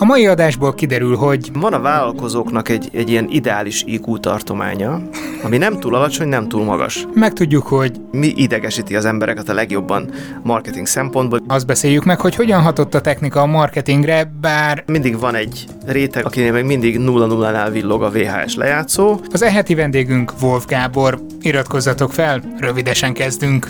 A mai adásból kiderül, hogy van a vállalkozóknak egy ilyen ideális IQ tartománya, ami nem túl alacsony, nem túl magas. megtudjuk, hogy Mi idegesíti az embereket a legjobban marketing szempontból. azt beszéljük meg, hogy hogyan hatott a technika a marketingre, bár Mindig van egy réteg, akinél még mindig 0-0-nál villog a VHS lejátszó. az heti vendégünk Wolf Gábor. Iratkozzatok fel, rövidesen kezdünk.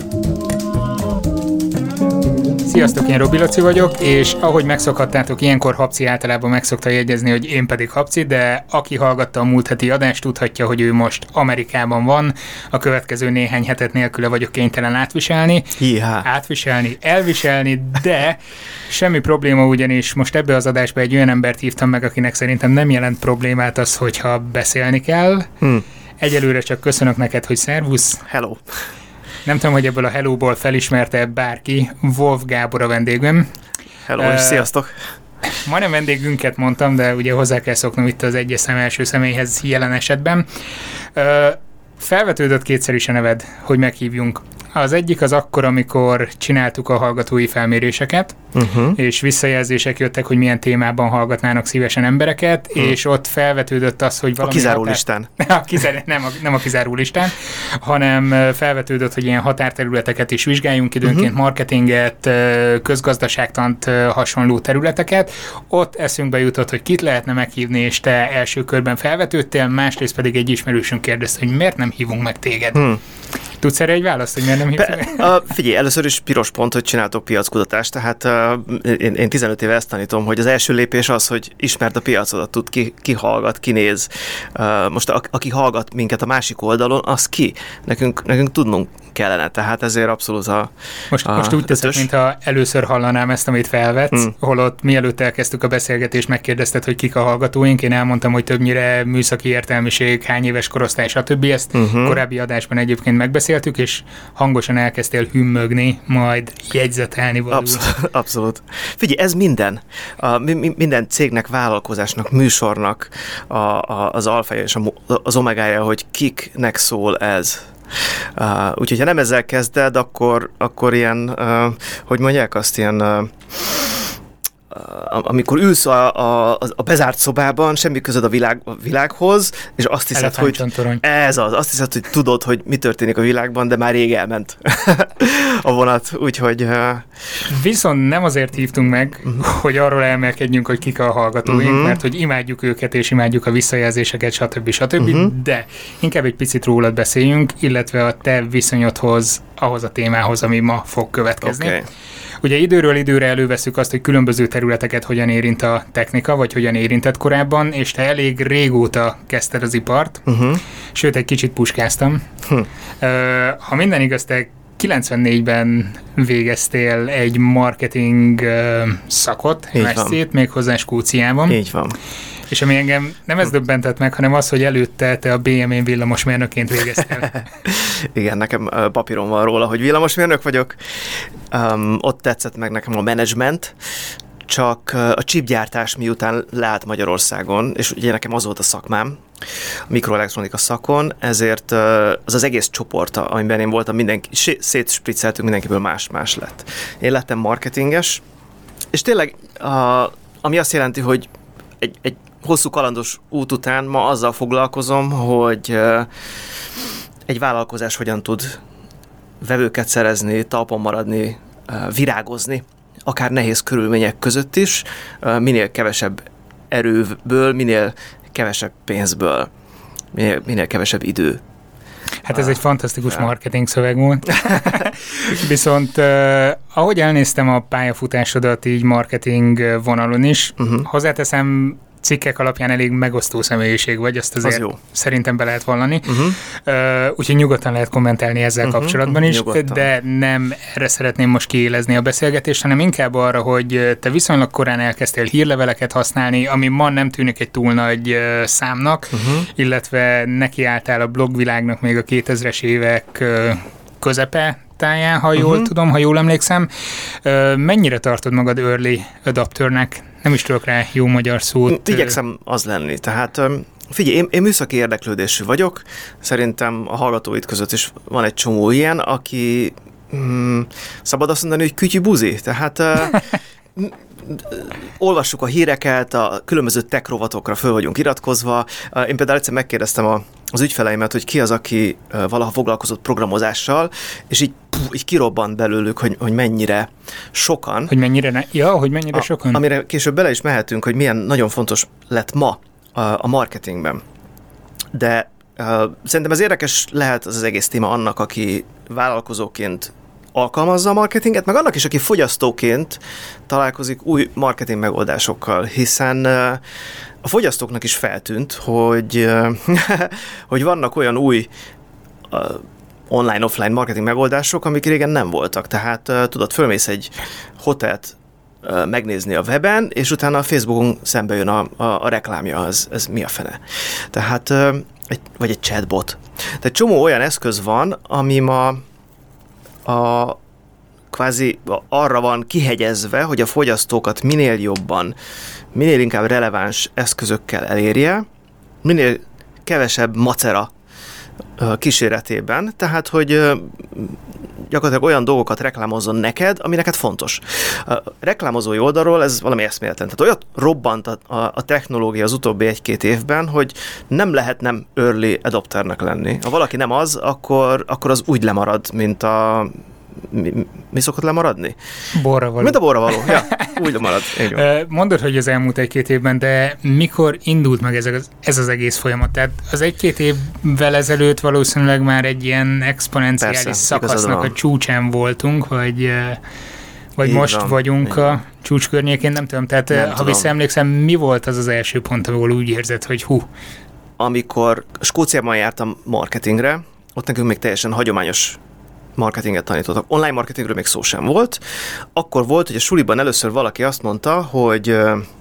Sziasztok, én Robi Laci vagyok, és ahogy megszokhattátok, ilyenkor Habci általában megszokta jegyezni, hogy én pedig Habci, de aki hallgatta a múlt heti adást, tudhatja, hogy ő most Amerikában van, a következő néhány hetet nélküle vagyok kénytelen átviselni. Elviselni, de semmi probléma, ugyanis most ebbe az adásba egy olyan embert hívtam meg, akinek szerintem nem jelent problémát az, hogyha beszélni kell. Egyelőre csak köszönök neked, hogy szervusz. Hello. Nem tudom, hogy ebből a hello-ból felismerte bárki. Wolf Gábor a vendégem. Hello, és sziasztok. Majdnem vendégünket mondtam, de ugye hozzá kell szoknom itt az egyes szem első személyhez jelen esetben. Felvetődött kétszer is a neved, hogy meghívjunk. Az egyik az akkor, amikor csináltuk a hallgatói felméréseket, és visszajelzések jöttek, hogy milyen témában hallgatnának szívesen embereket, és ott felvetődött az, hogy valami... A kizáró listán. Nem a kizáró listán, hanem felvetődött, hogy ilyen határterületeket is vizsgáljunk időnként, marketinget, közgazdaságtant, hasonló területeket. Ott eszünkbe jutott, hogy kit lehetne meghívni, és te első körben felvetődtél, másrészt pedig egy ismerősünk kérdezte, hogy miért nem hívunk meg téged. Tudsz erre egy választ, hogy miért nem hívunk? Figyelj, először is piros pont, hogy csináltok piackutatást, tehát én 15 éve ezt tanítom, hogy az első lépés az, hogy ismerd a piacodat, tud ki hallgat, ki néz. Most aki hallgat minket a másik oldalon, az ki? Nekünk tudnunk kellene, tehát ezért abszolút Most úgy teszek, mintha először hallanám ezt, amit felvetsz, holott mielőtt elkezdtük a beszélgetést, megkérdezted, hogy kik a hallgatóink, én elmondtam, hogy többnyire műszaki értelmiség, hány éves korosztály, stb. Ezt korábbi adásban egyébként megbeszéltük, és hangosan elkezdtél hümmögni, majd jegyzetelni valóban. Abszolút. Figyelj, ez minden. Minden cégnek, vállalkozásnak, műsornak az alfája és az omegája, hogy kiknek szól ez. Úgyhogy ha nem ezzel kezded, akkor ilyen, hogy mondják azt, ilyen... amikor ülsz a bezárt szobában, semmi közöd a világhoz, és azt hiszed, hogy azt hiszed, hogy tudod, hogy mi történik a világban, de már rég elment a vonat, úgyhogy... Viszont nem azért hívtunk meg, hogy arról elmélkedjünk, hogy kik a hallgatóink, mert hogy imádjuk őket, és imádjuk a visszajelzéseket, stb. De inkább egy picit rólad beszéljünk, illetve a te viszonyodhoz, ahhoz a témához, ami ma fog következni. Okay. Ugye időről időre előveszük azt, hogy különböző területeket hogyan érint a technika, vagy hogyan érintett korábban, és te elég régóta kezdted az ipart, sőt, egy kicsit puskáztam. Ha minden igaz, te 94-ben végeztél egy marketing szakot, MSc-t, méghozzá Skóciában. Így van. És ami engem nem ez döbbentett meg, hanem az, hogy előtte te a BM-én villamosmérnökként végeztél. Igen, nekem papírom van róla, hogy villamosmérnök vagyok. Ott tetszett meg nekem a menedzsment, csak a chipgyártás miután leállt Magyarországon, és ugye nekem az volt a szakmám, a mikroelektronika szakon, ezért az egész csoport, amiben én voltam, mindenki szétspricceltünk, mindenkiből más lett. Én lettem marketinges, és tényleg, ami azt jelenti, hogy egy hosszú kalandos út után ma azzal foglalkozom, hogy egy vállalkozás hogyan tud vevőket szerezni, talpon maradni, virágozni, akár nehéz körülmények között is, minél kevesebb erőből, minél kevesebb pénzből, minél kevesebb idő. Hát ez egy fantasztikus marketing szöveg volt. Viszont ahogy elnéztem a pályafutásodat így marketing vonalon is, hozzáteszem, cikkek alapján elég megosztó személyiség vagy, azt azért szerintem be lehet vallani. Úgyhogy nyugodtan lehet kommentálni ezzel kapcsolatban is, de nem erre szeretném most kiélezni a beszélgetést, hanem inkább arra, hogy te viszonylag korán elkezdtél hírleveleket használni, ami ma nem tűnik egy túl nagy számnak, illetve nekiálltál a blogvilágnak még a 2000-es évek közepe táján, ha jól tudom, ha jól emlékszem. Mennyire tartod magad early adapternek? Nem is tudok rá jó magyar szót. Igyekszem az lenni. Tehát figyelj, én műszaki érdeklődésű vagyok. Szerintem a hallgatóid között is van egy csomó ilyen, aki szabad azt mondani, hogy kütyű buzi. Tehát olvassuk a híreket, a különböző tech rovatokra föl vagyunk iratkozva. Én például egyszer megkérdeztem az ügyfeleimet, hogy ki az, aki valaha foglalkozott programozással, és így kirobbant belőlük, hogy mennyire sokan. Hogy mennyire sokan? Amire később bele is mehetünk, hogy milyen nagyon fontos lett ma a marketingben. De szerintem ez érdekes lehet az egész téma annak, aki vállalkozóként alkalmazza a marketinget, meg annak is, aki fogyasztóként találkozik új marketing megoldásokkal, hiszen a fogyasztóknak is feltűnt, hogy, hogy vannak olyan új online-offline marketing megoldások, amik régen nem voltak. Tehát tudod, fölmész egy hotelt megnézni a weben, és utána a Facebookon szembe jön a reklámja, ez mi a fene. Tehát, vagy egy chatbot. Tehát egy csomó olyan eszköz van, ami ma kvázi arra van kihegyezve, hogy a fogyasztókat minél jobban, minél inkább releváns eszközökkel elérje, minél kevesebb macera kíséretében, tehát, hogy gyakorlatilag olyan dolgokat reklámozzon neked, ami neked fontos. A reklámozói oldalról ez valami eszméletlen. Tehát olyat robbant a technológia az utóbbi 1-2 évben, hogy nem lehet nem early adopternek lenni. Ha valaki nem az, akkor az úgy lemarad, mint a... Mi szokott lemaradni? Borravaló. Mint a borravaló, ja, úgy lemarad. Mondod, hogy az elmúlt 1-2 évben, de mikor indult meg ez az egész folyamat? Tehát az 1-2 évvel ezelőtt valószínűleg már egy ilyen exponenciális szakasznak a csúcsán voltunk, vagy most vagyunk a csúcs környékén, nem tudom. Tehát ha visszaemlékszem, mi volt az első pont, ahol úgy érzed, hogy Amikor Skóciában jártam marketingre, ott nekünk még teljesen hagyományos marketinget tanítottak. Online marketingről még szó sem volt. Akkor volt, hogy a suliban először valaki azt mondta, hogy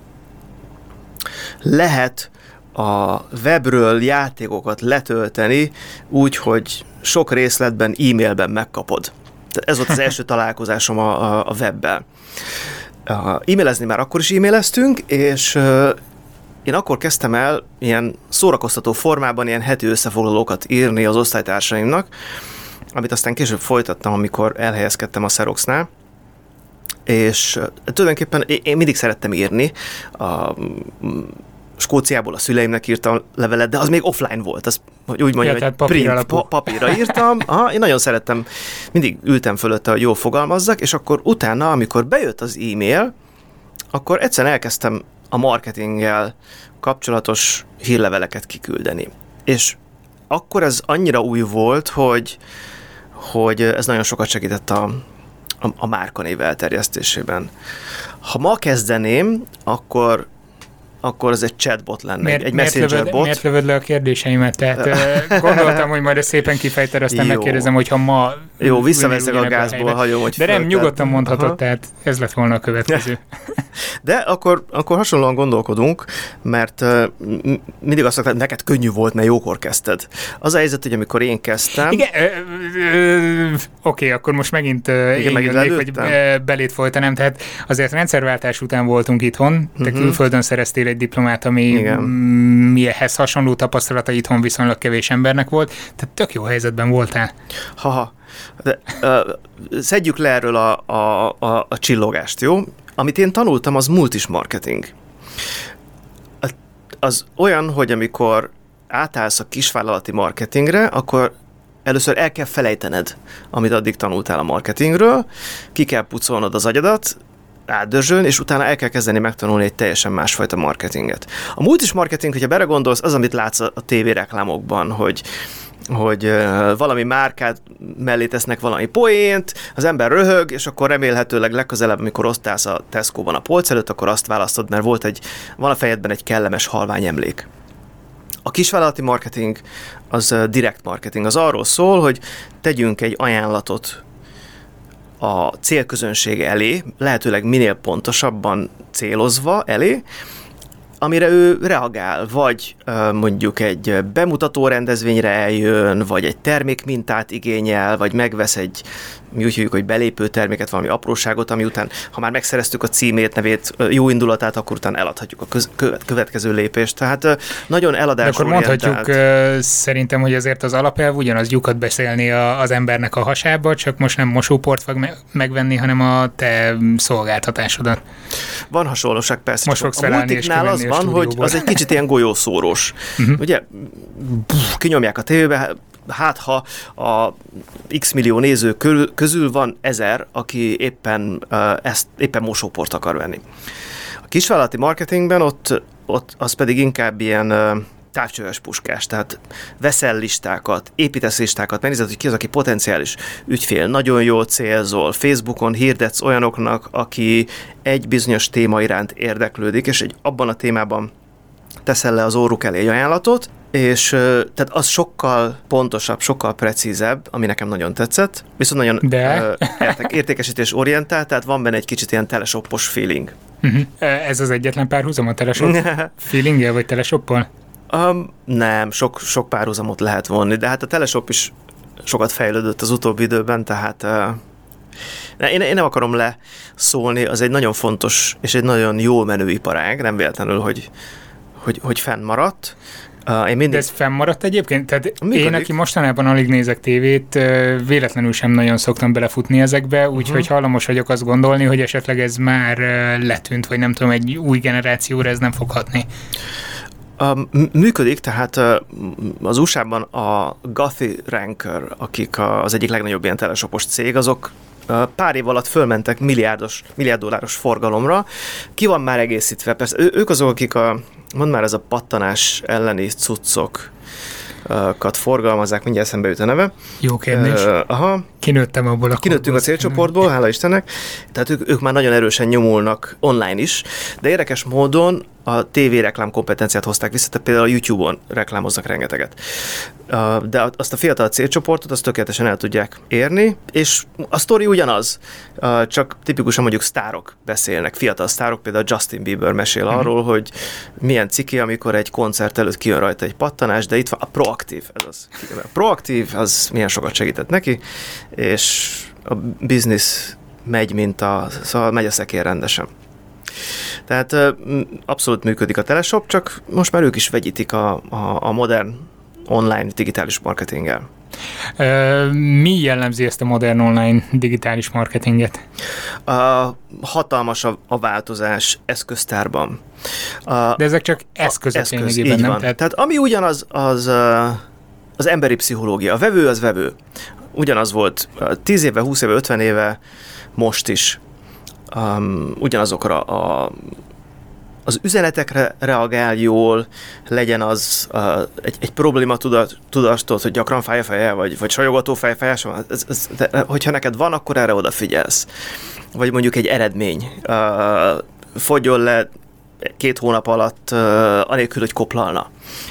lehet a webről játékokat letölteni úgy, hogy sok részletben e-mailben megkapod. Ez volt az első találkozásom a webbel. E-mailezni már akkor is e-maileztünk, és én akkor kezdtem el ilyen szórakoztató formában ilyen heti összefoglalókat írni az osztálytársaimnak, amit aztán később folytattam, amikor elhelyezkedtem a Xeroxnál, és tulajdonképpen én mindig szerettem írni. Skóciából a szüleimnek írtam levelet, de az még offline volt, az, hogy úgy mondjam, hogy papírra írtam. Én nagyon szerettem, mindig ültem fölötte, hogy jól fogalmazzak, és akkor utána, amikor bejött az e-mail, akkor egyszerűen elkezdtem a marketinggel kapcsolatos hírleveleket kiküldeni. És akkor ez annyira új volt, hogy ez nagyon sokat segített a márkanév elterjesztésében. Ha ma kezdeném, akkor ez egy chatbot lenne, egy messenger bot. Miért lövöd le a kérdéseimet? Tehát gondoltam, hogy majd ezt szépen kifejted, aztán megkérdezem, hogy ha ma... Jó, visszaveszek a gázból, hagyom, hogy... De nem, nyugodtan mondhatod, tehát ez lett volna a következő. De akkor hasonlóan gondolkodunk, mert mindig azt mondtam, neked könnyű volt, mert jókor kezdted. Az a helyzet, hogy amikor én kezdtem... Igen, oké, akkor most megint jönnék, hogy belét folytanám, tehát azért rendszerváltás után voltunk itthon, te külföldön szereztél egy diplomát, mihez hasonló tapasztalata itthon viszonylag kevés embernek volt, tehát tök jó helyzetben voltál. De, szedjük le erről a csillogást, jó? Amit én tanultam, az multis marketing. Az olyan, hogy amikor átállsz a kisvállalati marketingre, akkor először el kell felejtened, amit addig tanultál a marketingről, ki kell pucolnod az agyadat, átdörzsölni, és utána el kell kezdeni megtanulni egy teljesen másfajta marketinget. A multis marketing, hogyha belegondolsz, az, amit látsz a tévéreklámokban, hogy valami márkát mellé tesznek valami poént, az ember röhög, és akkor remélhetőleg legközelebb, amikor osztálsz a Tesco-ban a polc előtt, akkor azt választod, mert van a fejedben egy kellemes halvány emlék. A kisvállalati marketing az direct marketing, az arról szól, hogy tegyünk egy ajánlatot a célközönség elé, lehetőleg minél pontosabban célozva elé, amire ő reagál, vagy mondjuk egy bemutató rendezvényre eljön, vagy egy termékmintát igényel, vagy megvesz egy, mi úgy hívjuk, hogy belépő terméket, valami apróságot, ami után, ha már megszereztük a címét, nevét, jó indulatát, akkor utána eladhatjuk a következő lépést. Tehát nagyon eladásorientált. De akkor mondhatjuk szerintem, hogy azért az alapelv ugyanaz, lyukat beszélni az embernek a hasába, csak most nem mosóport fog megvenni, hanem a te szolgáltatásodat. Van hasonlóság, persze. Most fogsz felállni és kimenni az van, hogy az egy kicsit ilyen golyószórós. Ugye, kinyomják a tévébe, hát ha a x millió néző közül van 1000, aki éppen mosóport akar venni. A kisvállalati marketingben ott az pedig inkább ilyen távcsöves puskás, tehát veszel listákat, építesz listákat, megnézed, hogy ki az, aki potenciális ügyfél, nagyon jól célzol, Facebookon hirdetsz olyanoknak, aki egy bizonyos téma iránt érdeklődik, és abban a témában teszel le az óruk elé egy ajánlatot, és tehát az sokkal pontosabb, sokkal precízebb, ami nekem nagyon tetszett, viszont nagyon értékesítés orientált, tehát van benne egy kicsit ilyen teleshoppos feeling. Ez az egyetlen párhuzam a teleshop feelinggel, vagy teleshoppal? Nem, sok párhuzamot lehet vonni, de hát a teleshop is sokat fejlődött az utóbbi időben, tehát én nem akarom leszólni, az egy nagyon fontos és egy nagyon jó menő iparág, nem véletlenül, hogy fennmaradt. De ez fennmaradt egyébként? Tehát én, aki mostanában alig nézek tévét, véletlenül sem nagyon szoktam belefutni ezekbe, úgyhogy hajlamos vagyok azt gondolni, hogy esetleg ez már letűnt, vagy nem tudom, egy új generációra ez nem fog hatni. Működik, tehát az USA-ban a Gothy Ranker, akik az egyik legnagyobb ilyen teleshopos cég, azok pár év alatt fölmentek milliárd dolláros forgalomra. Ki van már egészítve? Persze ők azok, akik mondd már, ez a pattanás elleni cuccokat forgalmazzák, mindjárt eszembe jut a neve. Jó kérdés. Kinőttem abból a Kinőttünk a célcsoportból, hála Istennek. Tehát ők már nagyon erősen nyomulnak online is, de érdekes módon a TV reklám kompetenciát hozták vissza, tehát például a YouTube-on reklámoznak rengeteget. De azt a fiatal célcsoportot, azt tökéletesen el tudják érni, és a sztori ugyanaz, csak tipikusan mondjuk sztárok beszélnek, fiatal sztárok, például Justin Bieber mesél arról, hogy milyen ciki, amikor egy koncert előtt kijön rajta egy pattanás, de itt van a proaktív, a proaktív, az milyen sokat segített neki, és a biznisz megy, szóval megy a szekér rendesen. Tehát abszolút működik a teleshop, csak most már ők is vegyítik a modern online digitális marketinggel. Mi jellemzi ezt a modern online digitális marketinget? Hatalmas a változás eszköztárban. De ezek csak eszközök lényegében, nem? Tehát ami ugyanaz, az emberi pszichológia. A vevő az vevő. Ugyanaz volt 10 éve, 20 éve, 50 éve, most is. Ugyanazokra az üzenetekre reagál jól, legyen az egy probléma tudatot, hogy gyakran fáj a feje, vagy sajogató fejfájás van. Hogyha neked van, akkor erre odafigyelsz. Vagy mondjuk egy eredmény. Fogjon le 2 hónap alatt, anélkül, hogy koplalna.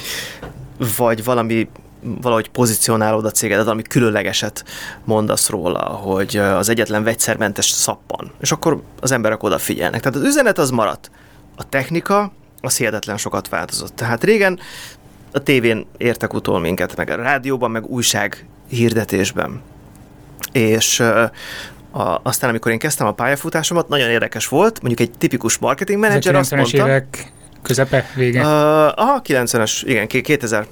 Vagy valahogy pozícionálod a cégedet, valami különlegeset mondasz róla, hogy az egyetlen vegyszermentes szappan. És akkor az emberek odafigyelnek. Tehát az üzenet az maradt. A technika az hihetetlen sokat változott. Tehát régen a tévén értek utol minket, meg a rádióban, meg újság hirdetésben. És aztán, amikor én kezdtem a pályafutásomat, nagyon érdekes volt, mondjuk egy tipikus marketing menedzser azt mondta... 90-es évek közepe, vége? 90-es, igen, 2000.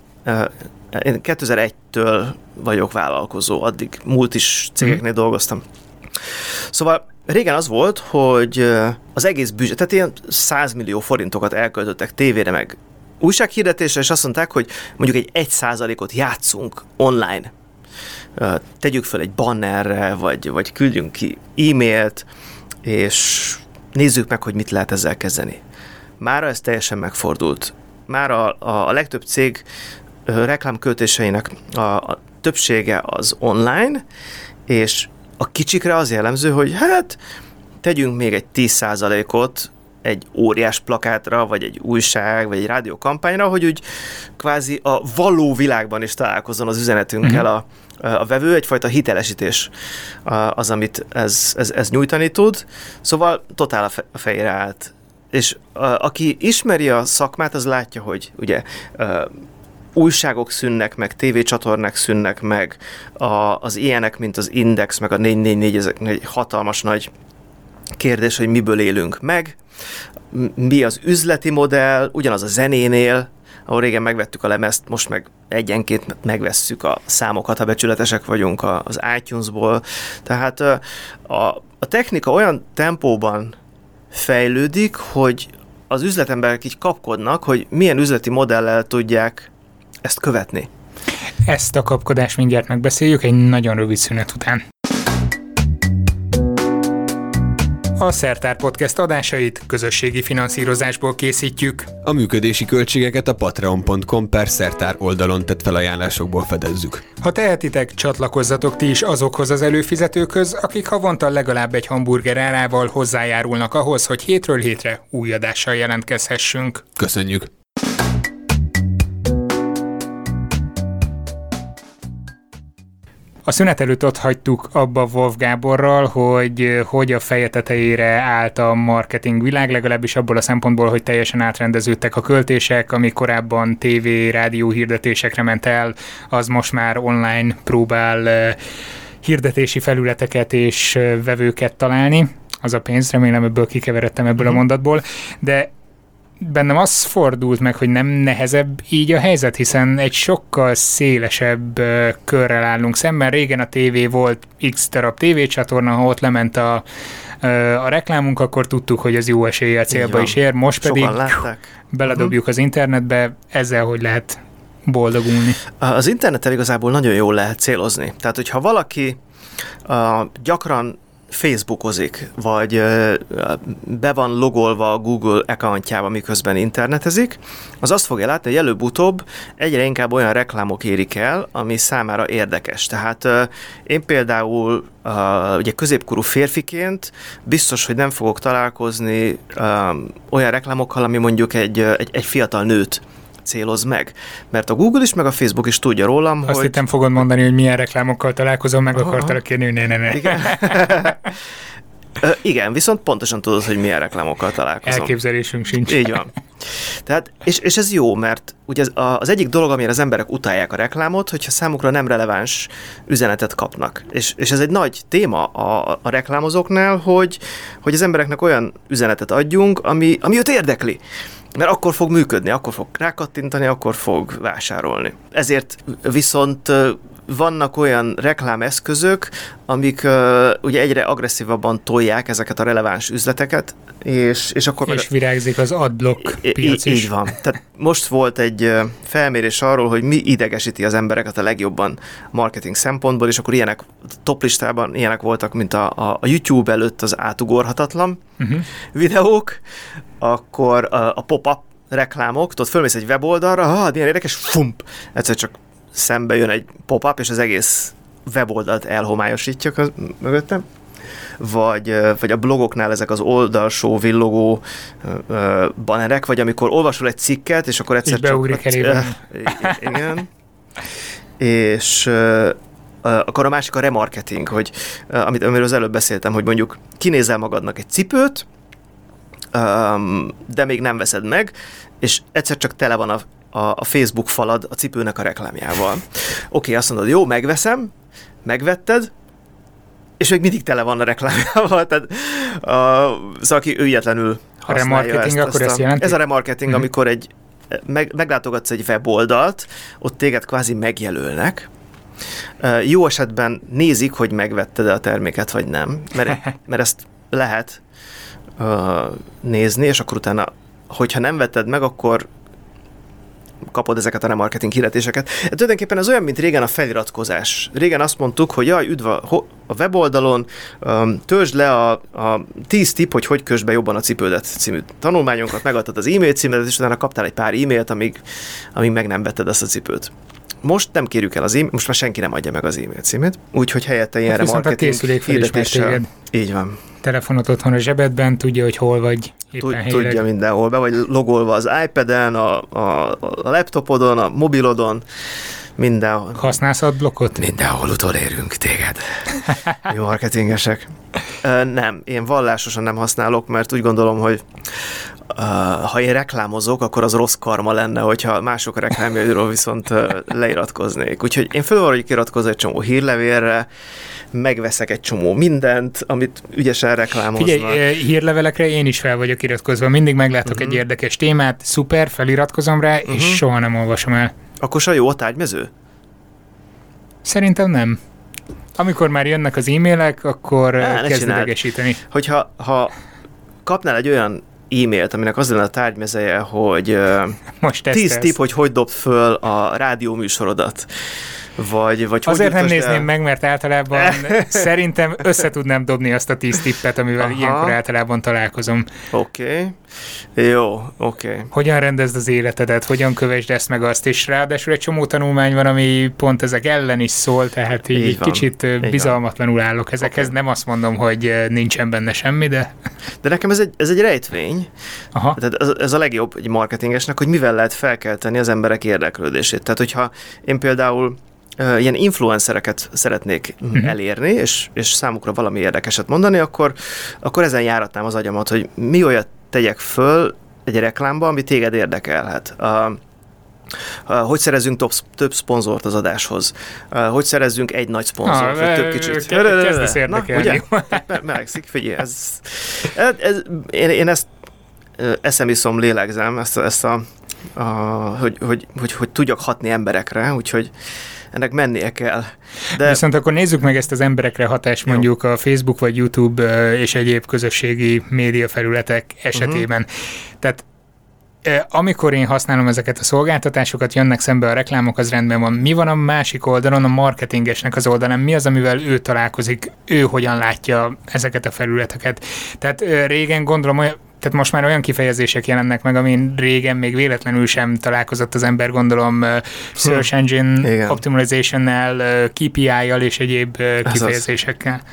Én 2001-től vagyok vállalkozó, addig multis cégeknél dolgoztam. Szóval régen az volt, hogy az egész büdzsé, tehát ilyen 100 millió forintokat elköltöttek tévére meg újsághirdetésre, és azt mondták, hogy mondjuk egy 1%-ot játszunk online. Tegyük fel egy bannerre, vagy küldjünk ki e-mailt, és nézzük meg, hogy mit lehet ezzel kezdeni. Mára ez teljesen megfordult. Mára a legtöbb cég reklámköltéseinek a többsége az online, és a kicsikre az jellemző, hogy hát tegyünk még egy 10%-ot egy óriás plakátra, vagy egy újság, vagy egy rádiókampányra, hogy úgy kvázi a való világban is találkozzon az üzenetünkkel a vevő, egyfajta hitelesítés az, amit ez nyújtani tud. Szóval totál a fejére állt. És aki ismeri a szakmát, az látja, hogy ugye újságok szűnnek meg, tévécsatornák szűnnek meg, az ilyenek, mint az Index, meg a 444, ezek egy hatalmas nagy kérdés, hogy miből élünk meg, mi az üzleti modell, ugyanaz a zenénél, ahol régen megvettük a lemezt, most meg egyenként megvesszük a számokat, ha becsületesek vagyunk az iTunes-ból. Tehát a technika olyan tempóban fejlődik, hogy az üzletemberek így kapkodnak, hogy milyen üzleti modellel tudják ezt követni. Ezt a kapkodást mindjárt megbeszéljük egy nagyon rövid szünet után. A Szertár Podcast adásait közösségi finanszírozásból készítjük. A működési költségeket a patreon.com/szertár oldalon tett felajánlásokból fedezzük. Ha tehetitek, csatlakozzatok ti is azokhoz az előfizetőkhöz, akik havonta legalább egy hamburger árával hozzájárulnak ahhoz, hogy hétről hétre új adással jelentkezhessünk. Köszönjük! A szünet előtt ott hagytuk abba Wolf Gáborral, hogy a feje tetejére állt a marketing világ, legalábbis abból a szempontból, hogy teljesen átrendeződtek a költések, ami korábban TV, rádió hirdetésekre ment el, az most már online próbál hirdetési felületeket és vevőket találni. Az a pénz, remélem ebből kikeveredtem ebből a mondatból, de bennem az fordult meg, hogy nem nehezebb így a helyzet, hiszen egy sokkal szélesebb körrel állunk szemben. Régen a tévé volt x darab tévécsatorna, ha ott lement a reklámunk, akkor tudtuk, hogy az jó eséllyel célba is ér, most pedig beledobjuk az internetbe, ezzel hogy lehet boldogulni. Az interneten igazából nagyon jól lehet célozni. Tehát, hogyha valaki gyakran Facebookozik, vagy be van logolva a Google accountjába, miközben internetezik, az azt fogja látni, hogy előbb-utóbb egyre inkább olyan reklámok érik el, ami számára érdekes. Tehát én például ugye középkorú férfiként biztos, hogy nem fogok találkozni olyan reklámokkal, ami mondjuk egy fiatal nőt céloz meg. Mert a Google is, meg a Facebook is tudja rólam, Azt hittem fogod mondani, hogy milyen reklámokkal találkozom, meg akartalak kérni, hogy ne. Igen. Igen, viszont pontosan tudod, hogy milyen reklámokkal találkozom. Elképzelésünk sincs. Így van. Tehát, és ez jó, mert ugye az egyik dolog, amire az emberek utálják a reklámot, hogyha számukra nem releváns üzenetet kapnak. És ez egy nagy téma a reklámozóknál, hogy az embereknek olyan üzenetet adjunk, ami őt érdekli. Mert akkor fog működni, akkor fog rákattintani, akkor fog vásárolni. Ezért viszont vannak olyan reklámeszközök, amik ugye egyre agresszívabban tolják ezeket a releváns üzleteket, és akkor... És virágzik az adblock piac is. Így van. Tehát most volt egy felmérés arról, hogy mi idegesíti az embereket a legjobban marketing szempontból, és akkor ilyenek toplistában ilyenek voltak, mint a YouTube előtt az átugorhatatlan videók, akkor a pop-up reklámok, tudod, fölmész egy weboldalra, milyen érdekes, fump, egyszer csak szembe jön egy pop-up, és az egész weboldalt elhomályosítja mögöttem. Vagy a blogoknál ezek az oldalsó villogó bannerek, vagy amikor olvasol egy cikket, és akkor egyszer csak... Igen. És akkor a másik a remarketing, hogy amiről az előbb beszéltem, hogy mondjuk kinézel magadnak egy cipőt, de még nem veszed meg, és egyszer csak tele van a Facebook falad a cipőnek a reklámjával. Oké, azt mondod, jó, megveszem, megvetted, és még mindig tele van a reklámjával, tehát szóval aki ügyetlenül használja a remarketing akkor ezt jelenti? Ez a remarketing, amikor meglátogatsz egy weboldalt, ott téged kvázi megjelölnek, jó esetben nézik, hogy megvetted-e a terméket, vagy nem, mert ezt lehet nézni, és akkor utána, hogyha nem vetted meg, akkor kapod ezeket a remarketing hirdetéseket. Tulajdonképpen ez olyan, mint régen a feliratkozás. Régen azt mondtuk, hogy jaj, üdv a weboldalon, töltsd le a 10 tipp, hogy kösd be jobban a cipődet című tanulmányunkat, megadtad az e-mail címedet, és utána kaptál egy pár e-mailt, amíg meg nem vetted ezt a cipőt. Most nem kérjük el az e-mail, most már senki nem adja meg az e-mail címét, úgyhogy helyette ilyen remarketing hirdetéssel. Így van. Telefonot otthon a zsebedben, tudja, hogy hol vagy. Tudja mindenhol, be vagy logolva az iPad-en, a laptopodon, a mobilodon, mindenhol. Használsz adblockot? Mindenhol utolérünk téged. Mi marketingesek. Nem, én vallásosan nem használok, mert úgy gondolom, hogy ha én reklámozok, akkor az rossz karma lenne, hogyha mások reklámjairól viszont leiratkoznék. Úgyhogy én föl vagyok iratkozva egy csomó hírlevélre, megveszek egy csomó mindent, amit ügyesen reklámoznak. Figyelj, hírlevelekre én is fel vagyok iratkozva. Mindig meglátok egy érdekes témát, szuper, feliratkozom rá, és soha nem olvasom el. Akkor se jó a tárgymező? Szerintem nem. Amikor már jönnek az e-mailek, akkor kezd idegesíteni. Hogyha kapnál egy olyan e-mailt, aminek az lenne a tárgymezeje, hogy 10 tipp, hogy dobd föl a rádióműsorodat. Vagy azért nem nézném meg, mert általában szerintem össze tudnám dobni azt a 10 tippet, amivel ilyenkor általában találkozom. Oké. Jó, oké. Hogyan rendezd az életedet, hogyan kövesd ezt meg azt, és ráadásul egy csomó tanulmány van, ami pont ezek ellen is szól, tehát így egy kicsit bizalmatlanul állok ezekhez. Nem azt mondom, hogy nincsen benne semmi, de... De nekem ez egy rejtvény. Aha. Tehát ez a legjobb egy marketingesnek, hogy mivel lehet felkelteni az emberek érdeklődését. Tehát, hogyha én például ilyen influencereket szeretnék elérni, és számukra valami érdekeset mondani, akkor ezen járatnám az agyamat, hogy mi olyat tegyek föl egy reklámba, ami téged érdekelhet. Hogy szerezzünk több szponzort az adáshoz? Hogy szerezzünk egy nagy szponzort, vagy több kicsit? Kezdesz érdekelni. Melegszik, figyelj, én ezt eszem-iszom, lélegzem, hogy tudjak hatni emberekre, úgyhogy ennek mennie kell. De... Viszont akkor nézzük meg ezt az emberekre hatást mondjuk a Facebook vagy YouTube és egyéb közösségi média felületek esetében. Tehát amikor én használom ezeket a szolgáltatásokat, jönnek szembe a reklámok, az rendben van. Mi van a másik oldalon, a marketingesnek az oldalán? Mi az, amivel ő találkozik? Ő hogyan látja ezeket a felületeket? Tehát régen gondolom, tehát most már olyan kifejezések jelennek meg, amin régen még véletlenül sem találkozott az ember, gondolom Search Engine Optimization-nel, KPI-jal és egyéb kifejezésekkel.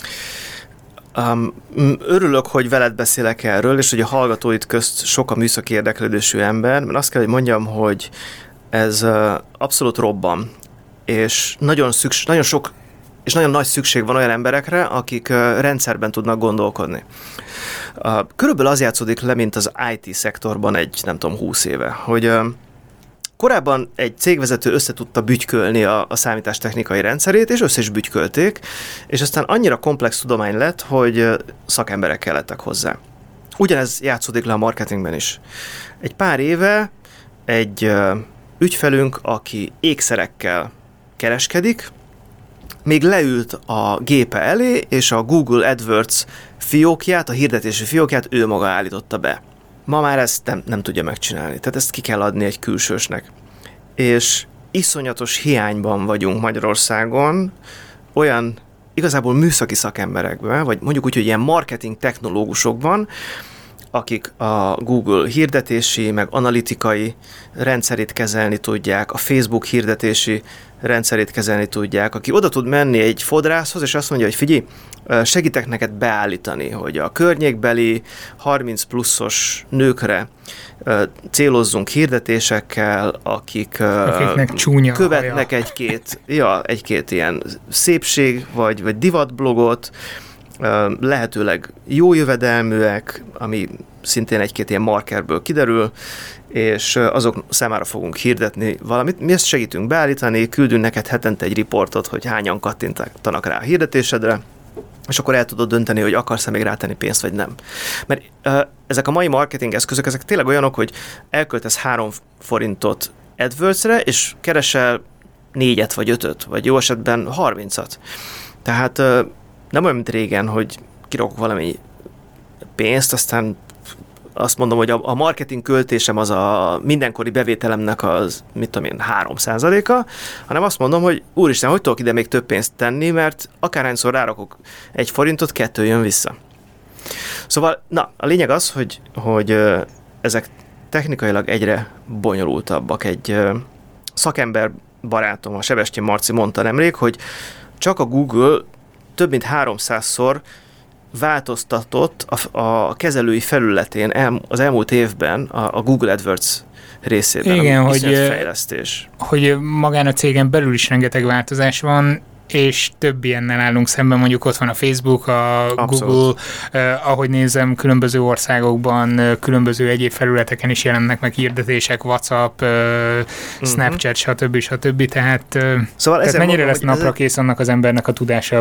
Örülök, hogy veled beszélek erről, és hogy a hallgatóid közt sok a műszaki érdeklődésű ember, mert azt kell, hogy mondjam, hogy ez abszolút robban, és nagyon sok és nagyon nagy szükség van olyan emberekre, akik rendszerben tudnak gondolkodni. Körülbelül az játszódik le, mint az IT szektorban nem tudom, 20 éve, hogy korábban egy cégvezető össze tudta bütykölni a számítástechnikai rendszerét, és össze is bütykölték, és aztán annyira komplex tudomány lett, hogy szakemberek kellettek hozzá. Ugyanez játszódik le a marketingben is. Egy pár éve egy ügyfelünk, aki ékszerekkel kereskedik, még leült a gépe elé, és a Google AdWords fiókját, a hirdetési fiókját ő maga állította be. Ma már ezt nem tudja megcsinálni, tehát ezt ki kell adni egy külsősnek. És iszonyatos hiányban vagyunk Magyarországon olyan igazából műszaki szakemberekben, vagy mondjuk úgy, hogy ilyen marketing technológusokban, akik a Google hirdetési, meg analitikai rendszerét kezelni tudják, a Facebook hirdetési rendszerét kezelni tudják, aki oda tud menni egy fodrászhoz, és azt mondja, hogy figyelj, segítek neked beállítani, hogy a környékbeli 30 pluszos nőkre célozzunk hirdetésekkel, akiknek csúnya követnek egy-két ilyen szépség vagy divatblogot, lehetőleg jó jövedelműek, ami szintén egy-két ilyen markerből kiderül, és azok számára fogunk hirdetni valamit. Mi ezt segítünk beállítani, küldünk neked hetente egy riportot, hogy hányan kattintanak rá a hirdetésedre, és akkor el tudod dönteni, hogy akarsz-e még rátenni pénzt, vagy nem. Mert ezek a mai marketing eszközök, ezek tényleg olyanok, hogy elköltesz 3 forintot AdWords-re, és keresel 4-et vagy 5-öt, vagy jó esetben 30-at. Tehát nem olyan, mint régen, hogy kirakok valami pénzt, aztán azt mondom, hogy a marketing költésem az a mindenkori bevételemnek az, 3%-a, hanem azt mondom, hogy úristen, hogy tudok ide még több pénzt tenni, mert akárhányszor rárakok 1 forintot, 2 jön vissza. Szóval, a lényeg az, hogy ezek technikailag egyre bonyolultabbak. Egy szakember barátom, a Sebestyén Marci mondta nemrég, hogy csak a Google több mint 300-szor változtatott a kezelői felületén az elmúlt évben a Google AdWords részében. Igen, fejlesztés. Hogy magán a cégen belül is rengeteg változás van, és több ilyennel állunk szemben, mondjuk ott van a Facebook, a Google, ahogy nézem, különböző országokban, különböző egyéb felületeken is jelennek meg hirdetések, WhatsApp, Snapchat, stb. Tehát mennyire lesz napra kész annak az embernek a tudása,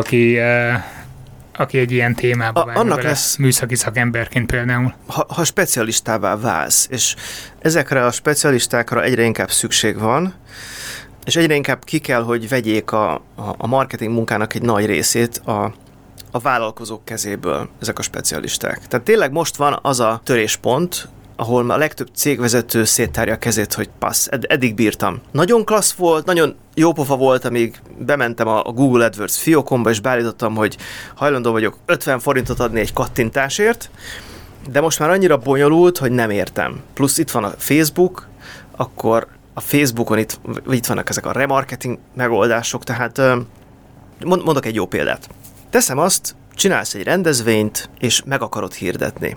aki egy ilyen témába vágna bele, műszaki szakemberként például. Ha specialistává válsz, és ezekre a specialistákra egyre inkább szükség van, és egyre inkább ki kell, hogy vegyék a marketing munkának egy nagy részét a vállalkozók kezéből, ezek a specialisták. Tehát tényleg most van az a töréspont, ahol a legtöbb cégvezető széttárja a kezét, hogy passz, eddig bírtam. Nagyon klassz volt, nagyon jópofa volt, amíg bementem a Google AdWords fiókomba, és beállítottam, hogy hajlandó vagyok 50 forintot adni egy kattintásért, de most már annyira bonyolult, hogy nem értem. Plusz itt van a Facebook, akkor a Facebookon itt vannak ezek a remarketing megoldások, tehát mondok egy jó példát. Teszem azt, csinálsz egy rendezvényt, és meg akarod hirdetni.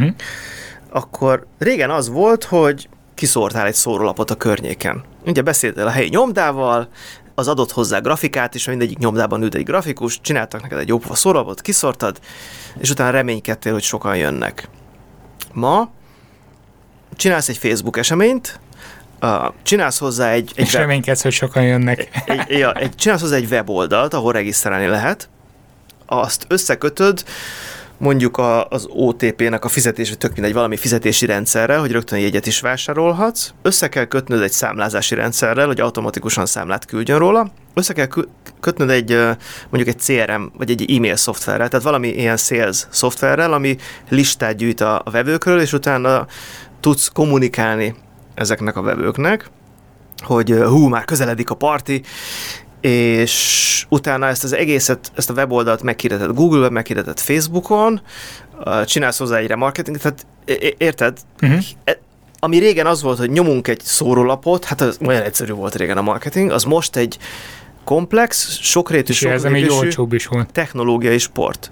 Akkor régen az volt, hogy kiszórtál egy szórólapot a környéken. Ugye beszéltél a helyi nyomdával, az adott hozzá grafikát is, mindegyik nyomdában ült egy grafikus, csináltak neked egy jópofa szórólapot, kiszórtad, és utána reménykedtél, hogy sokan jönnek. Ma csinálsz egy Facebook eseményt, csinálsz hozzá és reménykedsz, hogy sokan jönnek. Csinálsz hozzá egy weboldalt, ahol regisztrálni lehet, azt összekötöd, mondjuk az OTP-nek a fizetési, tök mindegy, valami fizetési rendszerrel, hogy rögtön jegyet is vásárolhatsz. Össze kell kötnöd egy számlázási rendszerrel, hogy automatikusan számlát küldjön róla. Össze kell kötnöd mondjuk egy CRM, vagy egy e-mail szoftverrel, tehát valami ilyen sales szoftverrel, ami listát gyűjt a vevőkről, és utána tudsz kommunikálni ezeknek a vevőknek, hogy már közeledik a parti, és utána ezt az egészet, ezt a weboldalt meghirdeted Google-ben, meghirdeted Facebookon, csinálsz hozzá egy remarketing, tehát érted? Ami régen az volt, hogy nyomunk egy szórólapot, hát az olyan egyszerű volt régen a marketing, az most egy komplex, sokrétű technológiai sport.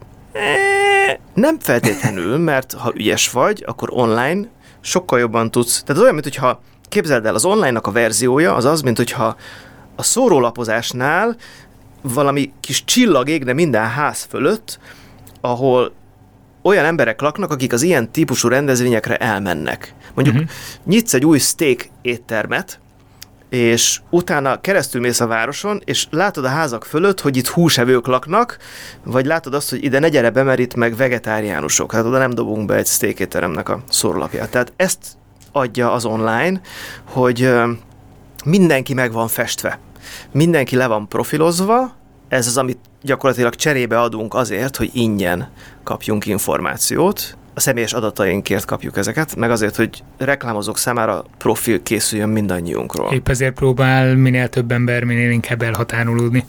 Nem feltétlenül, mert ha ügyes vagy, akkor online sokkal jobban tudsz. Tehát olyan, mint hogyha képzeld el, az online-nak a verziója az, mint hogyha a szórólapozásnál valami kis csillag égne minden ház fölött, ahol olyan emberek laknak, akik az ilyen típusú rendezvényekre elmennek. Mondjuk nyitsz egy új steak éttermet, és utána keresztül mész a városon, és látod a házak fölött, hogy itt húsevők laknak, vagy látod azt, hogy ide ne gyere be, mert itt meg vegetáriánusok. Hát oda nem dobunk be egy steak étteremnek a szórólapját. Tehát ezt adja az online, hogy mindenki meg van festve. Mindenki le van profilozva, ez az, amit gyakorlatilag cserébe adunk azért, hogy ingyen kapjunk információt, a személyes adatainkért kapjuk ezeket, meg azért, hogy reklámozók számára profil készüljön mindannyiunkról. Épp ezért próbál minél több ember, minél inkább elhatárolódni.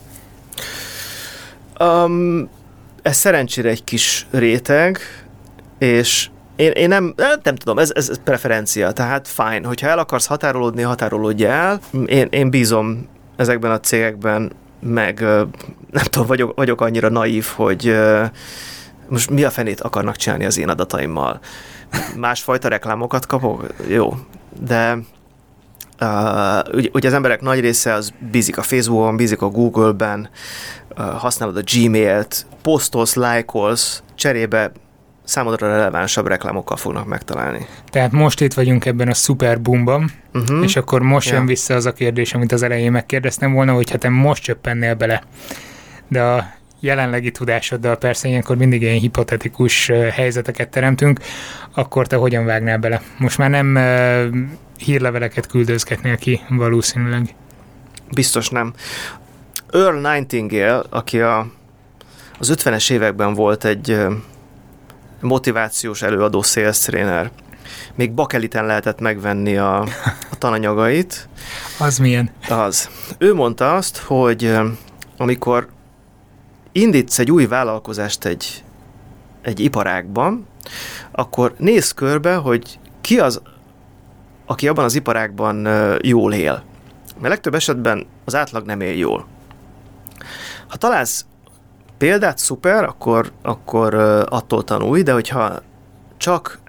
Ez szerencsére egy kis réteg, és én nem tudom, ez preferencia, tehát fine, hogyha el akarsz határolódni, határolódj el. Én bízom ezekben a cégekben, meg nem tudom, vagyok annyira naív, hogy most mi a fenét akarnak csinálni az én adataimmal. Másfajta reklámokat kapok? Jó, de ugye az emberek nagy része az bízik a Facebookon, bízik a Google-ben, használod a Gmailt, posztolsz, lájkolsz, cserébe számodra relevánsabb reklámokkal fognak megtalálni. Tehát most itt vagyunk ebben a szuper boomban, és akkor most jön vissza az a kérdés, amit az elején megkérdeztem volna, hogy te most csöppennél bele. De a jelenlegi tudásoddal, persze ilyenkor mindig ilyen hipotetikus helyzeteket teremtünk, akkor te hogyan vágnál bele? Most már nem hírleveleket küldözgetnél ki valószínűleg. Biztos nem. Earl Nightingale, aki az 50-es években volt egy motivációs előadó sales trainer. Még bakeliten lehetett megvenni a tananyagait. Az milyen? Az. Ő mondta azt, hogy amikor indítsz egy új vállalkozást egy iparágban, akkor nézz körbe, hogy ki az, aki abban az iparágban jól él. Mert legtöbb esetben az átlag nem él jól. Ha találsz példát, szuper, akkor attól tanulj, de hogyha csak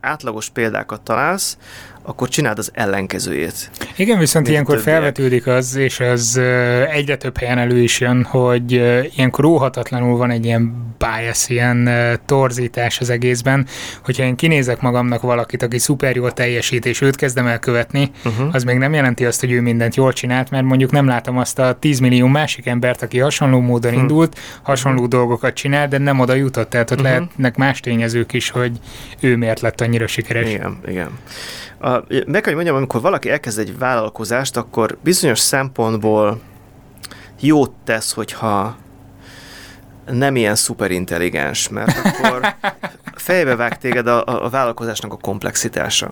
átlagos példákat találsz, akkor csináld az ellenkezőjét. Igen, viszont ilyenkor többiek. Felvetődik az, és az egyre több helyen elő is jön, hogy ilyenkor óhatatlanul van egy ilyen bias, ilyen torzítás az egészben, hogyha én kinézek magamnak valakit, aki szuper jól teljesít, és őt kezdem el követni, az még nem jelenti azt, hogy ő mindent jól csinált, mert mondjuk nem látom azt a 10 millió másik embert, aki hasonló módon indult, hasonló dolgokat csinál, de nem oda jutott. Tehát ott lehetnek más tényezők is, hogy ő miért lett annyira sikeres. Igen. Meg kell mondjam, amikor valaki elkezd egy vállalkozást, akkor bizonyos szempontból jót tesz, hogyha nem ilyen szuperintelligens, mert akkor fejbe vág téged a vállalkozásnak a komplexitása.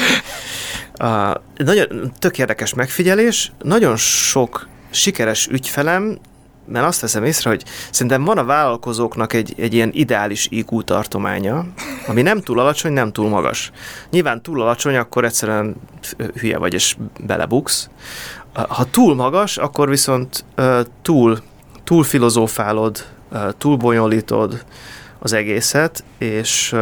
Nagyon tök érdekes megfigyelés, nagyon sok sikeres ügyfelem, mert azt veszem észre, hogy szerintem van a vállalkozóknak egy ilyen ideális IQ tartománya, ami nem túl alacsony, nem túl magas. Nyilván túl alacsony, akkor egyszerűen hülye vagy, és belebuksz. Ha túl magas, akkor viszont túl filozófálod, túl bonyolítod az egészet, és...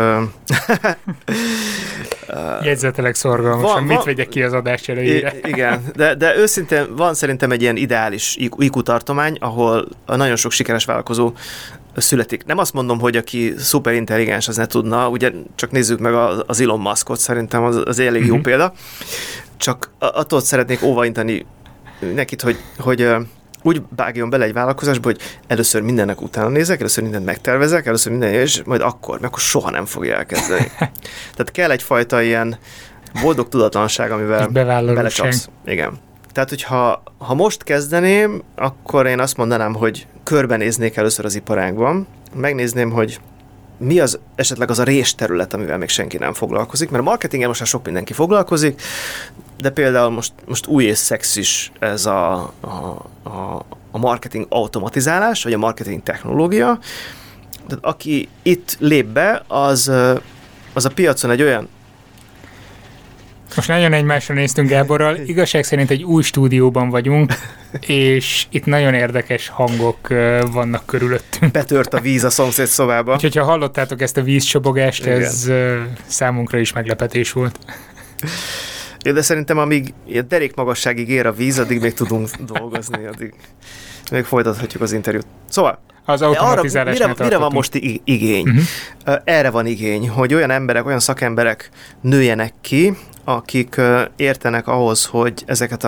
Jegyzetelek szorgalmasan, mit vegyek ki az adás elejére? Igen, de őszintén van szerintem egy ilyen ideális IQ tartomány, ahol nagyon sok sikeres vállalkozó születik. Nem azt mondom, hogy aki szuperintelligens, az ne tudna, ugye csak nézzük meg az Elon Muskot, szerintem az elég jó példa. Csak attól szeretnék óvaintani nekit, hogy úgy vágjon bele egy vállalkozásba, hogy először mindennek utána nézek, először mindent megtervezek, először minden, és majd akkor soha nem fogja elkezdeni. Tehát kell egyfajta ilyen boldog tudatlanság, amivel belecsapsz. Igen. Tehát, hogyha most kezdeném, akkor én azt mondanám, hogy körbenéznék először az iparágban, megnézném, hogy mi az esetleg az a résterület, amivel még senki nem foglalkozik, mert a marketingen most már sok mindenki foglalkozik, de például most új és szexis ez a marketing automatizálás, vagy a marketing technológia. Tehát aki itt lép be, az a piacon egy olyan... Most nagyon egymásra néztünk Gáborral. Igazság szerint egy új stúdióban vagyunk, és itt nagyon érdekes hangok vannak körülöttünk. Betört a víz a szomszéd szobába. Úgyhogy ha hallottátok ezt a vízcsobogást, ez számunkra is meglepetés volt. Ja, de szerintem amíg derék magasságig ér a víz, addig még tudunk dolgozni, addig még folytathatjuk az interjút. Szóval, az automatizálásnál mire van most igény? Erre van igény, hogy olyan emberek, olyan szakemberek nőjenek ki, akik értenek ahhoz, hogy ezeket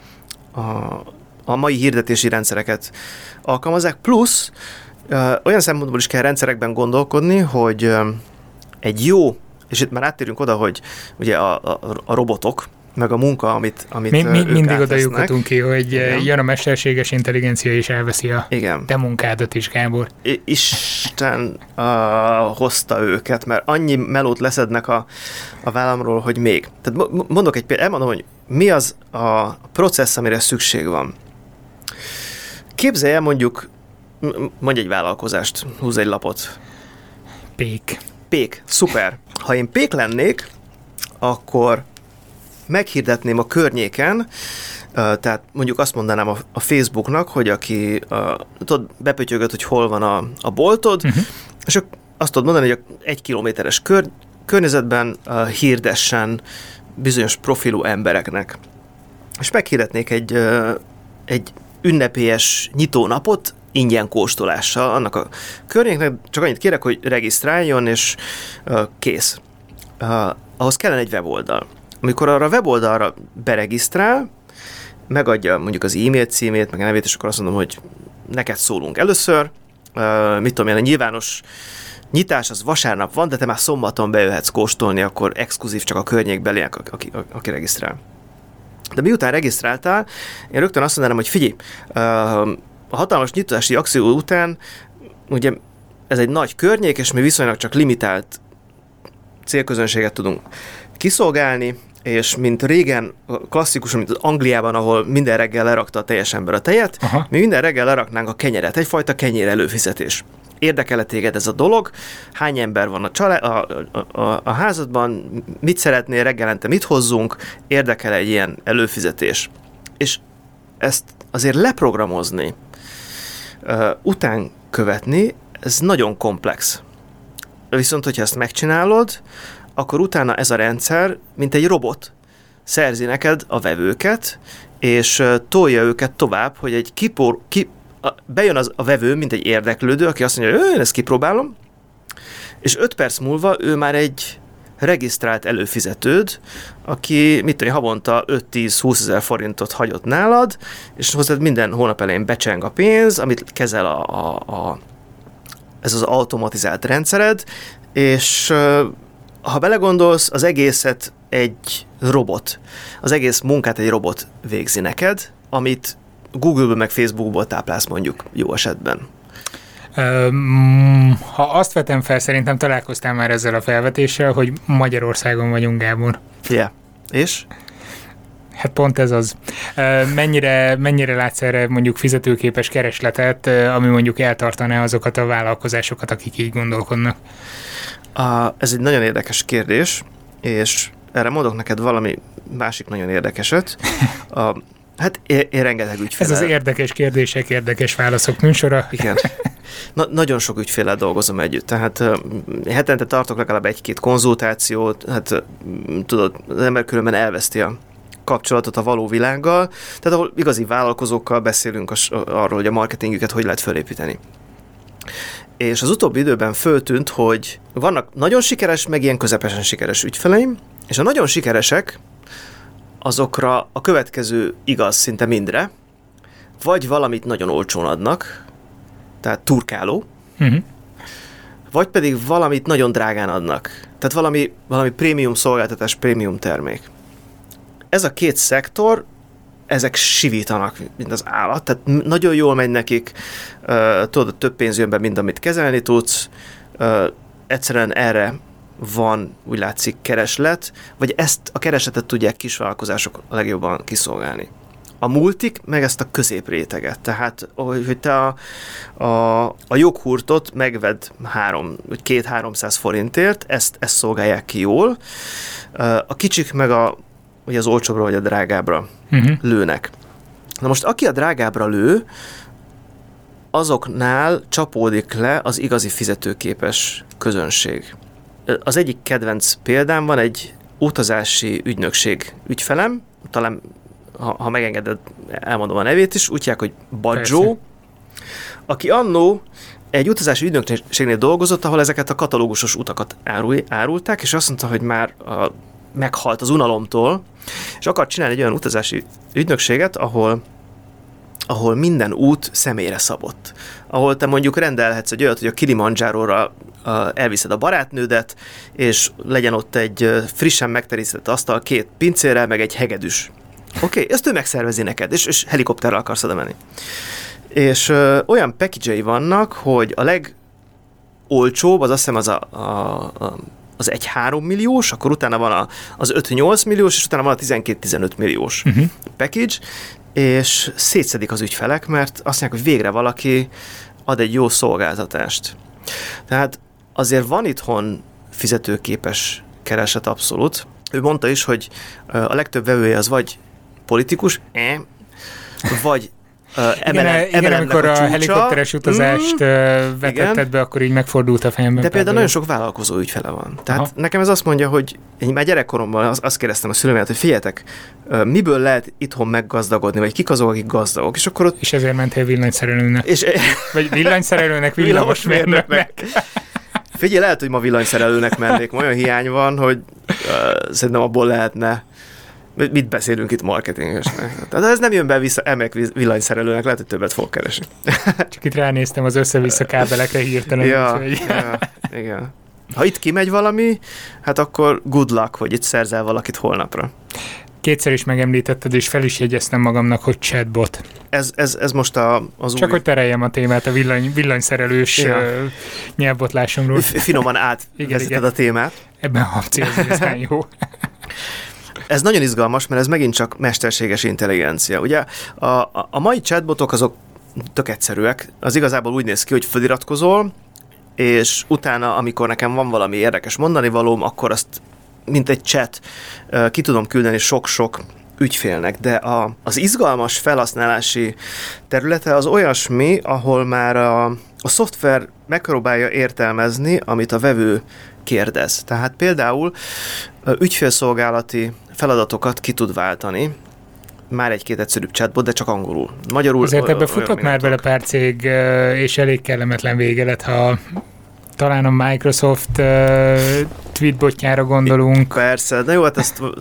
a mai hirdetési rendszereket alkalmazzák, plusz olyan szempontból is kell rendszerekben gondolkodni, hogy egy jó, és itt már áttérünk oda, hogy ugye a robotok, meg a munka, amit mindig oda lyukatunk ki, hogy jön a mesterséges intelligencia, és elveszi a te munkádat is, Gábor. Isten hozta őket, mert annyi melót leszednek a vállamról, hogy még. Tehát mondok egy példát, elmondom, hogy mi az a processz, amire szükség van. Képzelj el mondjuk, mondj egy vállalkozást, húzz egy lapot. Pék, szuper. Ha én pék lennék, akkor meghirdetném a környéken, tehát mondjuk azt mondanám a Facebooknak, hogy aki bepötyögött, hogy hol van a boltod, és azt tudod mondani, hogy 1 kilométeres környezetben hirdessen bizonyos profilú embereknek. És meghirdetnék egy ünnepélyes nyitónapot ingyen kóstolással annak a környéknek, csak annyit kérek, hogy regisztráljon, és kész. Ahhoz kellene egy weboldal. Amikor arra a weboldalra beregisztrál, megadja mondjuk az e-mail címét, meg a nevét, és akkor azt mondom, hogy neked szólunk először, mit tudom én, a nyilvános nyitás az vasárnap van, de te már szombaton bejöhetsz kóstolni, akkor exkluzív csak a környékbeliek, aki regisztrál. De miután regisztráltál, én rögtön azt mondanám, hogy figyelj, a hatalmas nyitási akció után, ugye ez egy nagy környék, és mi viszonylag csak limitált célközönséget tudunk kiszolgálni, és mint régen, klasszikusan, mint az Angliában, ahol minden reggel lerakta a teljes ember a tejet, mi minden reggel leraknánk a kenyeret, egyfajta kenyér előfizetés. Érdekel-e téged ez a dolog? Hány ember van a házadban? Mit szeretnél reggelente? Mit hozzunk? Érdekel egy ilyen előfizetés? És ezt azért leprogramozni, után követni, ez nagyon komplex. Viszont, hogyha ezt megcsinálod, akkor utána ez a rendszer, mint egy robot, szerzi neked a vevőket, és tolja őket tovább, hogy egy bejön a vevő, mint egy érdeklődő, aki azt mondja, hogy én ezt kipróbálom, és 5 perc múlva ő már egy regisztrált előfizetőd, aki havonta 5-10-20 ezer forintot hagyott nálad, és hozzád minden hónap elején becseng a pénz, amit kezel ez az automatizált rendszered, és ha belegondolsz, az egészet egy robot, az egész munkát egy robot végzi neked, amit Google-ből meg Facebookból táplálsz mondjuk jó esetben. Ha azt vetem fel, szerintem találkoztál már ezzel a felvetéssel, hogy Magyarországon vagyunk, Gábor. Yeah. És? Hát pont ez az. Mennyire látsz erre mondjuk fizetőképes keresletet, ami mondjuk eltartaná azokat a vállalkozásokat, akik így gondolkodnak? Ez egy nagyon érdekes kérdés, és erre mondok neked valami másik nagyon érdekeset. Hát én rengeteg ügyféllel... Ez az érdekes kérdések, érdekes válaszok műsora. Igen. Nagyon sok ügyféllel dolgozom együtt, tehát hetente tartok legalább 1-2 konzultációt, hát tudod, az ember különben elveszti a kapcsolatot a való világgal, tehát ahol igazi vállalkozókkal beszélünk arról, hogy a marketingüket hogy lehet fölépíteni. És az utóbbi időben föltűnt, hogy vannak nagyon sikeres, meg ilyen közepesen sikeres ügyfeleim, és a nagyon sikeresek azokra a következő igaz szinte mindre, vagy valamit nagyon olcsón adnak, tehát turkáló, vagy pedig valamit nagyon drágán adnak, tehát valami prémium szolgáltatás, prémium termék. Ez a 2 szektor, ezek sivítanak, mint az állat, tehát nagyon jól megy nekik, tudod, több pénz jön be, mint amit kezelni tudsz, egyszerűen erre van, úgy látszik, kereslet, vagy ezt a keresletet tudják kisvállalkozások a legjobban kiszolgálni. A multik meg ezt a középréteget, tehát hogy te a joghurtot megved 200-300 forintért, ezt szolgálják ki jól, a kicsik meg ugye az olcsóbbra vagy a drágábbra lőnek. Na most aki a drágábbra lő, azoknál csapódik le az igazi fizetőképes közönség. Az egyik kedvenc példám van, egy utazási ügynökség ügyfelem, talán ha megengeded, elmondom a nevét is, úgy hívják, hogy Badzsó, aki annó egy utazási ügynökségnél dolgozott, ahol ezeket a katalógusos utakat árulták, és azt mondta, hogy már meghalt az unalomtól, és akart csinálni egy olyan utazási ügynökséget, ahol minden út személyre szabott. Ahol te mondjuk rendelhetsz egy olyat, hogy a Kilimanjáróra elviszed a barátnődet, és legyen ott egy frissen megterített asztal 2 pincérrel, meg egy hegedűs. Oké, ezt ő megszervezi neked, és helikopterrel akarsz oda menni. És olyan package-ei vannak, hogy a legolcsóbb, az azt hiszem az 1-3 milliós, akkor utána van az 5-8 milliós, és utána van a 12-15 milliós package, és szétszedik az ügyfelek, mert azt mondják, hogy végre valaki ad egy jó szolgáltatást. Tehát azért van itthon fizetőképes kereslet abszolút. Ő mondta is, hogy a legtöbb vevője az vagy politikus, vagy igen, amikor a helikopteres utazást vetetted be, akkor így megfordult a fejemben. De például nagyon sok vállalkozó ügyfele van. Tehát nekem ez azt mondja, hogy én már gyerekkoromban azt kérdeztem a szülőmet, hogy figyeljetek, miből lehet itthon meggazdagodni, vagy kik azok, akik gazdagok. És akkor és ezért mentél villanyszerelőnek. Vagy villanyszerelőnek, villamosmérnöknek. Figyelj, lehet, hogy ma villanyszerelőnek mennék. Olyan hiány van, hogy szerintem abból lehetne. Mit beszélünk itt marketingesnek? Tehát ez nem jön be vissza, elmegyek villanyszerelőnek, lehet, hogy többet fog keresni. Csak itt ránéztem az össze-vissza kábelekre hirtelen. Ja, igen. Ha itt kimegy valami, hát akkor good luck, hogy itt szerzel valakit holnapra. Kétszer is megemlítetted, és fel is jegyeztem magamnak, hogy chatbot. Ez most az csak új... hogy tereljem a témát a villanyszerelős nyelvbotlásomról. Finoman átvezeted a témát. Ebben a célzésben jó. Ez nagyon izgalmas, mert ez megint csak mesterséges intelligencia. Ugye a mai chatbotok azok tök egyszerűek. Az igazából úgy néz ki, hogy feliratkozol, és utána, amikor nekem van valami érdekes mondani valóm, akkor azt mint egy chat ki tudom küldeni sok-sok ügyfélnek, de az izgalmas felhasználási területe az olyasmi, ahol már a szoftver megpróbálja értelmezni, amit a vevő kérdez. Tehát például ügyfélszolgálati feladatokat ki tud váltani, már egy-két egyszerűbb chatbot, de csak angolul. Magyarul azért ebbe futott már bele pár cég, és elég kellemetlen vége lett, ha talán a Microsoft tweetbotjára gondolunk. Persze, de jó, hát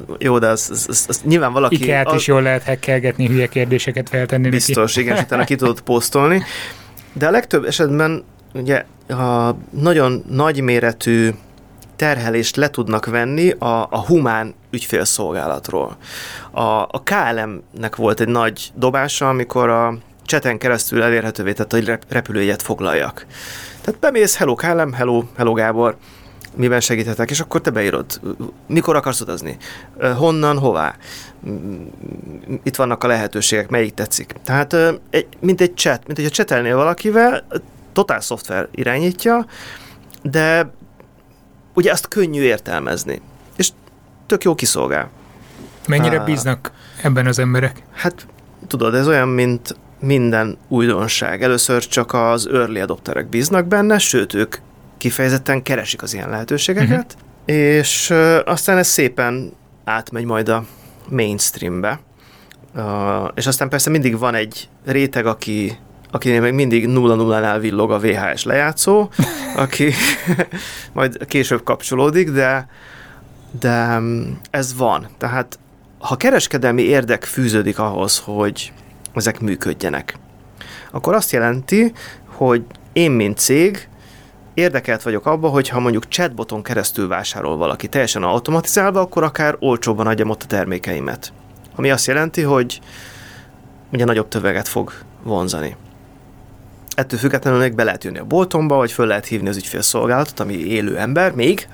azt nyilván valaki... IKEA-t is jól lehet hackelgetni, hülye kérdéseket feltenni. Biztos, igen, és utána ki tudod posztolni. De a legtöbb esetben ugye a nagyon nagyméretű terhelést le tudnak venni a humán ügyfélszolgálatról. A KLM-nek volt egy nagy dobása, amikor a chaten keresztül elérhetővé tette, hogy repülőjegyet foglaljak. Tehát bemész, hello KLM, hello Gábor, miben segíthetek, és akkor te beírod, mikor akarsz utazni, honnan, itt vannak a lehetőségek, melyik tetszik. Tehát mint egy chat, mint hogyha chatelnél valakivel, totál szoftver irányítja, de ugye azt könnyű értelmezni, és tök jó kiszolgál. Mennyire bíznak ebben az emberek? Hát tudod, ez olyan, mint minden újdonság. Először csak az early adopterek bíznak benne, sőt, ők kifejezetten keresik az ilyen lehetőségeket, és aztán ez szépen átmegy majd a mainstreambe. És aztán persze mindig van egy réteg, akinél még mindig 0-0-nál villog a VHS lejátszó, aki majd később kapcsolódik, de ez van. Tehát ha kereskedelmi érdek fűződik ahhoz, hogy ezek működjenek, akkor azt jelenti, hogy én, mint cég, érdekelt vagyok abba, hogy ha mondjuk chatboton keresztül vásárol valaki teljesen automatizálva, akkor akár olcsóbban adjam ott a termékeimet. Ami azt jelenti, hogy ugye nagyobb tömeget fog vonzani. Ettől függetlenül még be lehet jönni a boltomba, vagy föl lehet hívni az ügyfélszolgálatot, ami élő ember még,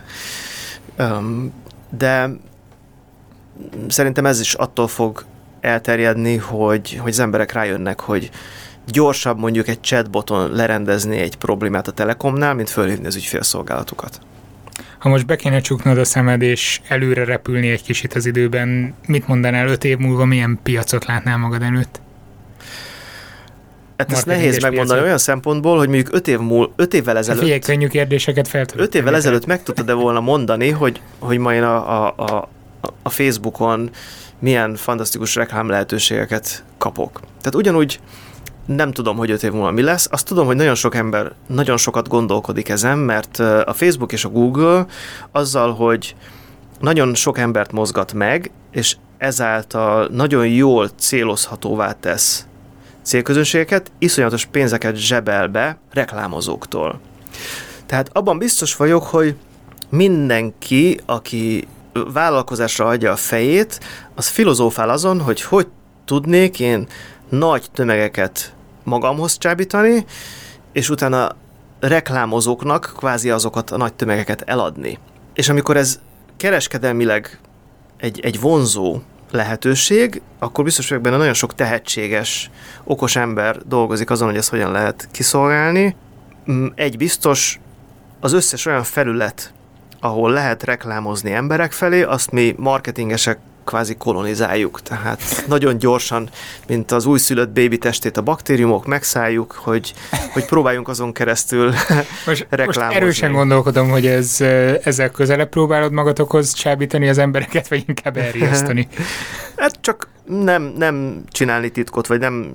de szerintem ez is attól fog elterjedni, hogy az emberek rájönnek, hogy gyorsabb mondjuk egy chatboton lerendezni egy problémát a Telekomnál, mint fölhívni az ügyfélszolgálatukat. Ha most be kéne csuknod a szemed, és előre repülni egy kicsit az időben, mit mondanál 5 év múlva, milyen piacot látnál magad előtt? Hát ezt nehéz megmondani olyan szempontból, hogy mondjuk 5 évvel ezelőtt... Figyelj, könnyű kérdéseket fel tudod. 5 évvel ezelőtt meg tudtad-e volna mondani, hogy ma én a Facebookon milyen fantasztikus reklám lehetőségeket kapok. Tehát ugyanúgy nem tudom, hogy 5 év múlva mi lesz. Azt tudom, hogy nagyon sok ember nagyon sokat gondolkodik ezen, mert a Facebook és a Google azzal, hogy nagyon sok embert mozgat meg, és ezáltal nagyon jól célozhatóvá tesz célközönségeket, iszonyatos pénzeket zsebel be reklámozóktól. Tehát abban biztos vagyok, hogy mindenki, aki vállalkozásra adja a fejét, az filozófál azon, hogy tudnék én nagy tömegeket magamhoz csábítani, és utána reklámozóknak kvázi azokat a nagy tömegeket eladni. És amikor ez kereskedelmileg egy vonzó lehetőség, akkor biztos vagyok benne, nagyon sok tehetséges, okos ember dolgozik azon, hogy ezt hogyan lehet kiszolgálni. Egy biztos, az összes olyan felület, ahol lehet reklámozni emberek felé, azt mi marketingesek kvázi kolonizáljuk. Tehát nagyon gyorsan, mint az újszülött bébi testét a baktériumok, megszálljuk, hogy próbáljunk azon keresztül reklámozni. Most erősen gondolkodom, hogy ezzel közelebb próbálod magatokhoz csábítani az embereket, vagy inkább elriasztani. Hát csak nem csinálni titkot, vagy nem...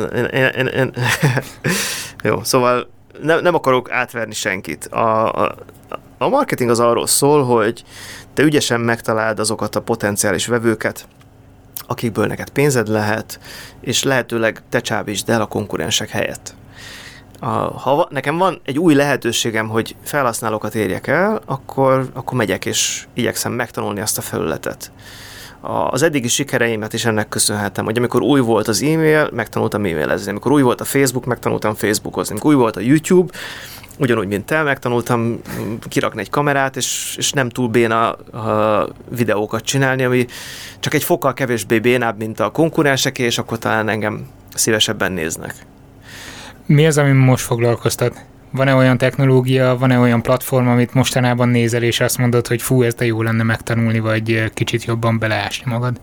Jó, szóval nem akarok átverni senkit. A marketing az arról szól, hogy te ügyesen megtaláld azokat a potenciális vevőket, akikből neked pénzed lehet, és lehetőleg te csábítsd el a konkurensek helyett. Ha nekem van egy új lehetőségem, hogy felhasználókat érjek el, akkor megyek és igyekszem megtanulni azt a felületet. Az eddigi sikereimet is ennek köszönhetem, hogy amikor új volt az e-mail, megtanultam e-mailezni, amikor új volt a Facebook, megtanultam Facebookozni, amikor új volt a YouTube, ugyanúgy, mint te, megtanultam kirakni egy kamerát, és nem túl béna videókat csinálni, ami csak egy fokkal kevésbé bénább, mint a konkurenseké, és akkor talán engem szívesebben néznek. Mi az, ami most foglalkoztat? Van-e olyan technológia, van-e olyan platform, amit mostanában nézel, és azt mondod, hogy fú, ez de jó lenne megtanulni, vagy kicsit jobban beleásni magad?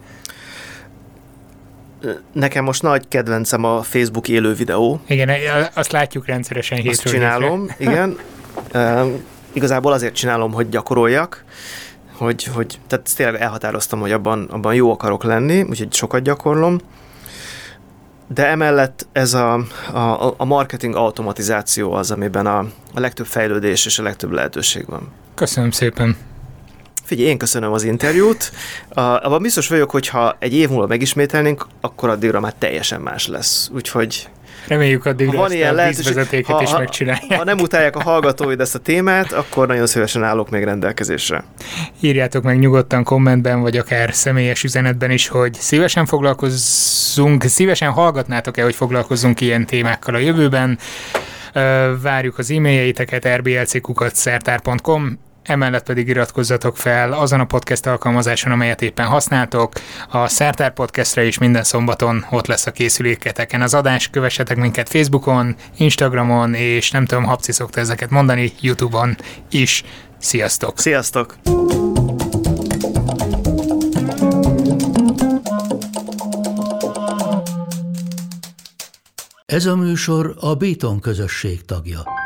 Nekem most nagy kedvencem a Facebook élő videó. Igen, azt látjuk rendszeresen hétről. Azt csinálom, igen. igazából azért csinálom, hogy gyakoroljak, tehát tényleg elhatároztam, hogy abban jó akarok lenni, úgyhogy sokat gyakorlom. De emellett ez a marketing automatizáció az, amiben a legtöbb fejlődés és a legtöbb lehetőség van. Köszönöm szépen. Figyelj, én köszönöm az interjút. Abban biztos vagyok, hogy ha egy év múlva megismételnénk, akkor addigra már teljesen más lesz. Úgyhogy reméljük addigra ezt a vízvezetéket is megcsinálják. Ha nem utálják a hallgatóid ezt a témát, akkor nagyon szívesen állok még rendelkezésre. Írjátok meg nyugodtan kommentben, vagy akár személyes üzenetben is, hogy szívesen hallgatnátok-e, hogy foglalkozzunk ilyen témákkal a jövőben. Várjuk az e-mailjeiteket rblc@szertár.com, emellett pedig iratkozzatok fel azon a podcast alkalmazáson, amelyet éppen használtok. A Szertár Podcastre is minden szombaton ott lesz a készüléketeken az adás. Kövessetek minket Facebookon, Instagramon, és nem tudom, Habci szokta ezeket mondani, YouTube-on is. Sziasztok! Sziasztok! Ez a műsor a Béton közösség tagja.